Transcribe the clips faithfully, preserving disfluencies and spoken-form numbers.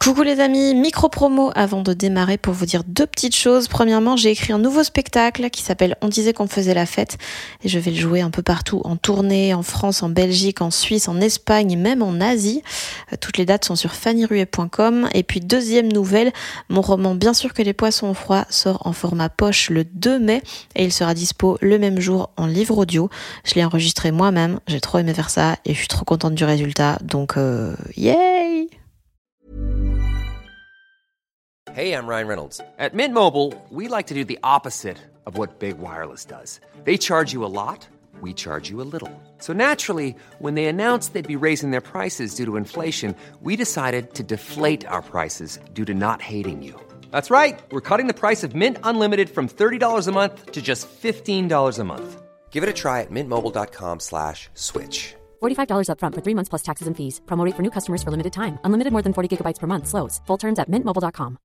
Coucou les amis, micro-promo avant de démarrer pour vous dire deux petites choses. Premièrement, j'ai écrit un nouveau spectacle qui s'appelle On disait qu'on faisait la fête et je vais le jouer un peu partout, en tournée, en France, en Belgique, en Suisse, en Espagne et même en Asie. Toutes les dates sont sur fanny ruet point com. Et puis deuxième nouvelle, mon roman Bien sûr que les poissons ont froid sort en format poche le deux mai et il sera dispo le même jour en livre audio. Je l'ai enregistré moi-même, j'ai trop aimé faire ça et je suis trop contente du résultat, donc euh, yay! Hey, I'm Ryan Reynolds. At Mint Mobile, we like to do the opposite of what Big Wireless does. They charge you a lot, we charge you a little. So naturally, when they announced they'd be raising their prices due to inflation, we decided to deflate our prices due to not hating you. That's right. We're cutting the price of Mint Unlimited from thirty dollars a month to just fifteen dollars a month. Give it a try at mintmobile.com slash switch. forty-five dollars up front for three months plus taxes and fees. Promo rate for new customers for limited time. Unlimited more than forty gigabytes per month. Slows full terms at mint mobile dot com.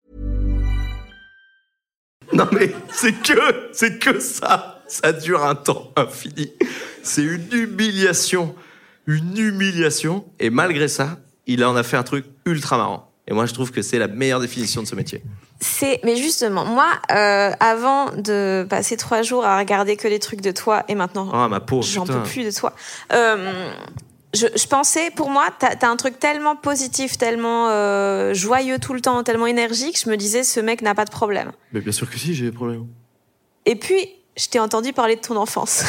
Non mais c'est que, c'est que ça. Ça dure un temps infini. C'est une humiliation. Une humiliation. Et malgré ça, il en a fait un truc ultra marrant. Et moi, je trouve que c'est la meilleure définition de ce métier. C'est, mais justement, moi, euh, avant de passer trois jours à regarder que les trucs de toi, et maintenant, oh, ma pauvre, j'en putain. peux plus de toi. Euh, je, je pensais, pour moi, t'as, t'as un truc tellement positif, tellement euh, joyeux tout le temps, tellement énergique, je me disais, ce mec n'a pas de problème. Mais bien sûr que si, j'ai des problèmes. Et puis, je t'ai entendu parler de ton enfance.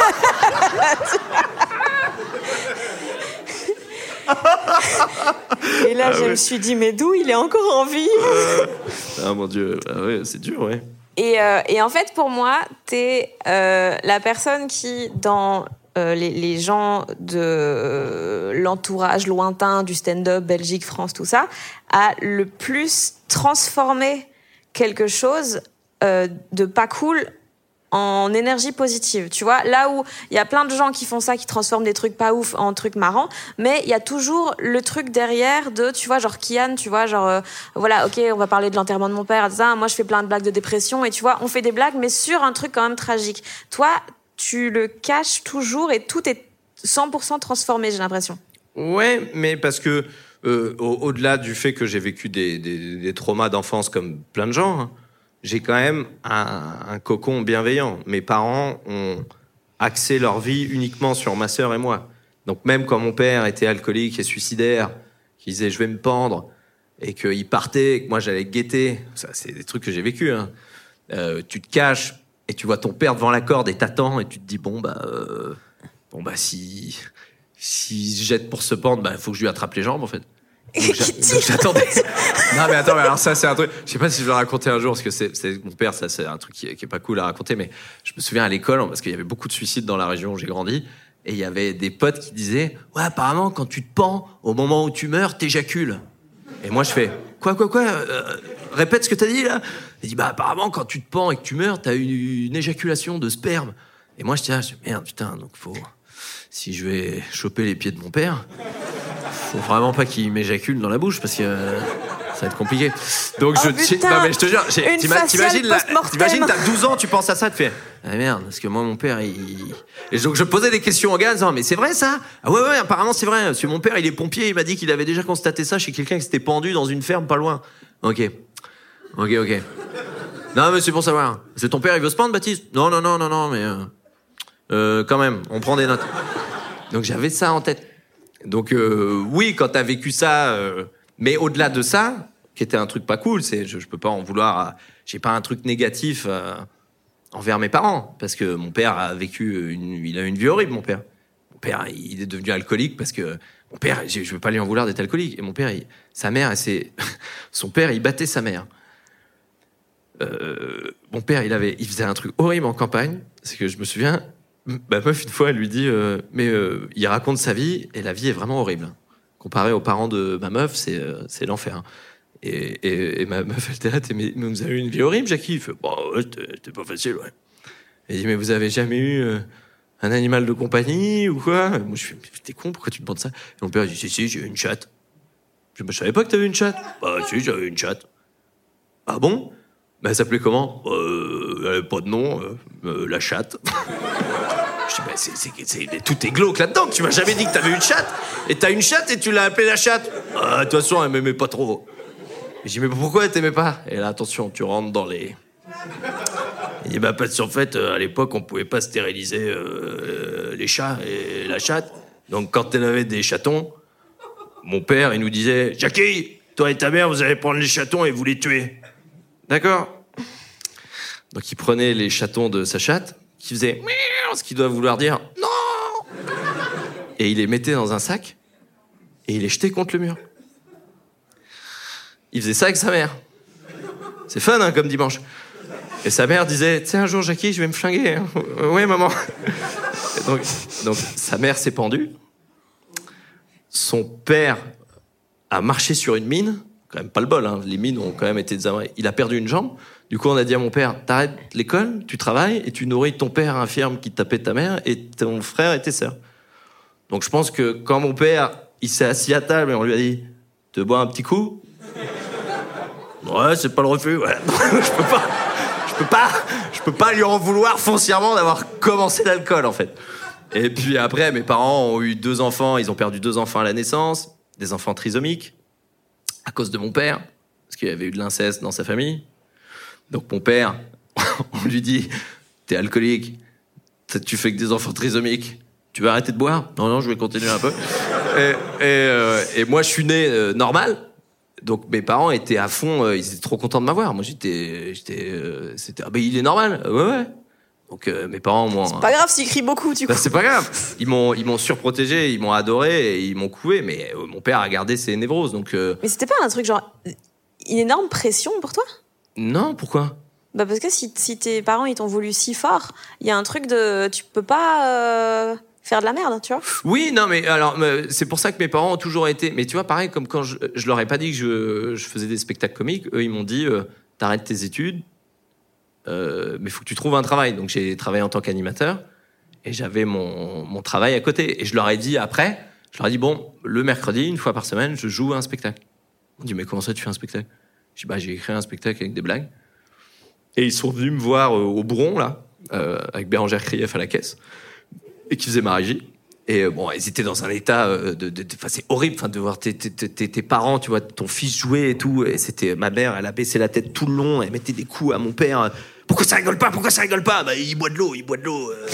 Et là, ah je ouais. me suis dit, mais d'où il est encore en vie euh... Ah mon Dieu, ah ouais, c'est dur, ouais. Et, euh, et en fait, pour moi, t'es euh, la personne qui, dans euh, les, les gens de euh, l'entourage lointain du stand-up, Belgique, France, tout ça, a le plus transformé quelque chose euh, de pas cool en énergie positive, tu vois, là où il y a plein de gens qui font ça, qui transforment des trucs pas ouf en trucs marrants, mais il y a toujours le truc derrière de, tu vois, genre Kian, tu vois, genre, euh, voilà, ok, on va parler de l'enterrement de mon père, ça, moi je fais plein de blagues de dépression, et tu vois, on fait des blagues, mais sur un truc quand même tragique. Toi, tu le caches toujours et tout est cent pour cent transformé, j'ai l'impression. Ouais, mais parce que, euh, au- au-delà du fait que j'ai vécu des, des, des traumas d'enfance comme plein de gens, hein, j'ai quand même un, un cocon bienveillant. Mes parents ont axé leur vie uniquement sur ma sœur et moi. Donc même quand mon père était alcoolique et suicidaire, qu'il disait je vais me pendre, et qu'il partait, et que moi j'allais guetter, ça c'est des trucs que j'ai vécu, hein. Euh, tu te caches et tu vois ton père devant la corde et t'attends et tu te dis bon bah euh, bon bah si si je jette pour se pendre, bah faut que je lui attrape les jambes en fait. Donc, j'a- donc j'attendais. Non mais attends, mais alors ça c'est un truc. Je sais pas si je vais le raconter un jour parce que c'est, c'est mon père, ça c'est un truc qui est, qui est pas cool à raconter. Mais je me souviens à l'école parce qu'il y avait beaucoup de suicides dans la région où j'ai grandi et il y avait des potes qui disaient ouais apparemment quand tu te pends au moment où tu meurs t'éjacules. Et moi je fais quoi quoi quoi euh, répète ce que t'as dit là. Il dit bah apparemment quand tu te pends et que tu meurs t'as une, une éjaculation de sperme. Et moi je dis ah je dis, merde putain donc faut si je vais choper les pieds de mon père. Faut vraiment pas qu'il m'éjacule dans la bouche parce que euh, ça va être compliqué. Donc Oh, je, putain, non mais je te jure, j'ai, une t'ima- faciale t'imagines, là, post-mortem. t'imagines, t'as douze ans, tu penses à ça, tu fais ah merde, parce que moi mon père il. Et donc je posais des questions au gars en disant mais c'est vrai ça? Ah ouais ouais apparemment c'est vrai. Parce que mon père il est pompier, il m'a dit qu'il avait déjà constaté ça chez quelqu'un qui s'était pendu dans une ferme pas loin. Ok, ok ok. Non mais c'est pour savoir. C'est ton père il veut se pendre Baptiste? Non non non non non mais euh, euh, quand même on prend des notes. Donc j'avais ça en tête. Donc euh, oui, quand t'as vécu ça, euh, mais au-delà de ça, qui était un truc pas cool, c'est je, je peux pas en vouloir. À, j'ai pas un truc négatif euh, envers mes parents parce que mon père a vécu une, il a eu une vie horrible. Mon père, mon père, il est devenu alcoolique parce que mon père, je, je veux pas lui en vouloir d'être alcoolique. Et mon père, il, sa mère, elle, c'est son père, il battait sa mère. Euh, mon père, il avait, il faisait un truc horrible en campagne. C'est que je me souviens. Ma meuf, une fois, elle lui dit euh, mais euh, il raconte sa vie et la vie est vraiment horrible. Comparé aux parents de ma meuf, c'est, euh, c'est l'enfer. Et, et, et ma meuf, elle était là, mais vous avez eu une vie horrible, Jackie? Il fait bah ouais, c'était, c'était pas facile, ouais. Elle dit mais vous avez jamais eu euh, un animal de compagnie ou quoi? Moi, je fais t'es con, pourquoi tu me demandes ça? Et mon père dit si, si, j'ai eu une chatte. Je dis, bah, je savais pas que t'avais une chatte. Bah, si, j'avais une chatte. Ah bon? Bah, elle s'appelait comment? Euh, elle avait pas de nom, euh, euh, la chatte. Je Je dis, bah, c'est, c'est, c'est, tout est glauque là-dedans. Tu m'as jamais dit que t'avais une chatte. Et t'as une chatte et tu l'as appelée la chatte. Ah, de toute façon, elle m'aimait pas trop. Et je dis, mais pourquoi elle t'aimait pas? Et là, attention, tu rentres dans les... Il dit, bah, parce qu'en fait, à l'époque, on pouvait pas stériliser euh, les chats et la chatte. Donc, quand elle avait des chatons, mon père, il nous disait, Jackie, toi et ta mère, vous allez prendre les chatons et vous les tuer. D'accord? Donc, il prenait les chatons de sa chatte, qui faisait ce qui doit vouloir dire non. Et il les mettait dans un sac et il les jetait contre le mur. Il faisait ça avec sa mère. C'est fun, hein, comme dimanche. Et sa mère disait, tu sais, un jour, Jackie, je vais me flinguer. Hein. Oui, maman. Et donc, donc, sa mère s'est pendue. Son père a marché sur une mine. Quand même pas le bol, hein. Les mines ont quand même été désabrées. Il a perdu une jambe. Du coup, on a dit à mon père, t'arrêtes l'école, tu travailles et tu nourris ton père infirme qui tapait ta mère et ton frère et tes sœurs. Donc, je pense que quand mon père, il s'est assis à table et on lui a dit, te bois un petit coup? Ouais, c'est pas le refus. Ouais. je peux pas, je peux pas, je peux pas lui en vouloir foncièrement d'avoir commencé l'alcool, en fait. Et puis après, mes parents ont eu deux enfants, ils ont perdu deux enfants à la naissance, des enfants trisomiques, à cause de mon père, parce qu'il y avait eu de l'inceste dans sa famille. Donc mon père, on lui dit, t'es alcoolique, tu fais que des enfants trisomiques, tu vas arrêter de boire? Non, non, je vais continuer un peu. et, et, euh, et moi, je suis né euh, normal. Donc mes parents étaient à fond, euh, ils étaient trop contents de m'avoir. Moi, j'étais, j'étais, euh, c'était, ah ben il est normal, ouais, ouais. Donc euh, mes parents m'ont. C'est pas grave s'il crie beaucoup, du coup. Bah, c'est pas grave. Ils m'ont, ils m'ont surprotégé, ils m'ont adoré, et ils m'ont couvé. Mais euh, mon père a gardé ses névroses, donc. Euh... Mais c'était pas un truc genre une énorme pression pour toi? Non, pourquoi? Bah parce que si, si tes parents ils t'ont voulu si fort, il y a un truc de, tu peux pas. Euh... faire de la merde, tu vois. Oui, non, mais alors, c'est pour ça que mes parents ont toujours été... Mais tu vois, pareil, comme quand je, je leur ai pas dit que je, je faisais des spectacles comiques, eux, ils m'ont dit, euh, t'arrêtes tes études, euh, mais il faut que tu trouves un travail. Donc, j'ai travaillé en tant qu'animateur, et j'avais mon, mon travail à côté. Et je leur ai dit après, je leur ai dit, bon, le mercredi, une fois par semaine, je joue un spectacle. Ils m'ont dit, mais comment ça, tu fais un spectacle? Je dis, bah, j'ai écrit un spectacle avec des blagues. Et ils sont venus me voir euh, au Bouron, là, euh, avec Bérangère Krief à la caisse, et qui faisait ma régie. Et bon, ils étaient dans un état de, de, de enfin, c'est horrible, enfin, de voir tes, tes, tes, tes parents, tu vois, ton fils jouer et tout. Et c'était ma mère, elle a baissé la tête tout le long, elle mettait des coups à mon père. Pourquoi ça rigole pas? Pourquoi ça rigole pas? Bah, il boit de l'eau, il boit de l'eau. Euh...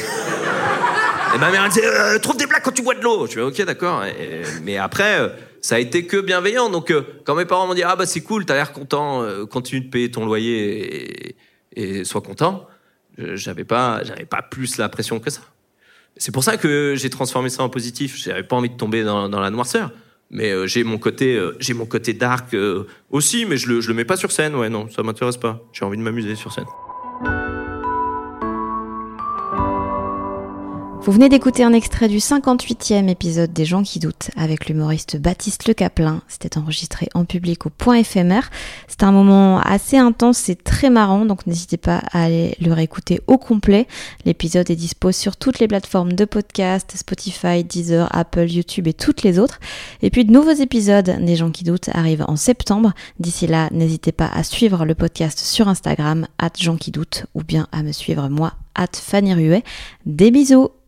et ma mère, elle disait, euh, trouve des blagues quand tu bois de l'eau. Je fais, ok, d'accord. Et, mais après, euh, ça a été que bienveillant. Donc, euh, quand mes parents m'ont dit, ah bah c'est cool, t'as l'air content, euh, continue de payer ton loyer et, et sois content. J'avais pas, j'avais pas plus la pression que ça. C'est pour ça que j'ai transformé ça en positif. J'avais pas envie de tomber dans, dans la noirceur. Mais euh, j'ai mon côté, euh, j'ai mon côté dark euh, aussi, mais je le, je le mets pas sur scène. Ouais, non, ça m'intéresse pas. J'ai envie de m'amuser sur scène. Vous venez d'écouter un extrait du cinquante-huitième épisode des Gens qui doutent avec l'humoriste Baptiste Le Caplin. C'était enregistré en public au point éphémère. C'était un moment assez intense et très marrant, donc n'hésitez pas à aller le réécouter au complet. L'épisode est dispo sur toutes les plateformes de podcast, Spotify, Deezer, Apple, YouTube et toutes les autres. Et puis de nouveaux épisodes des Gens qui doutent arrivent en septembre. D'ici là, n'hésitez pas à suivre le podcast sur Instagram, arobase gens qui doutent, ou bien à me suivre moi, arobase Fanny Ruet. Des bisous!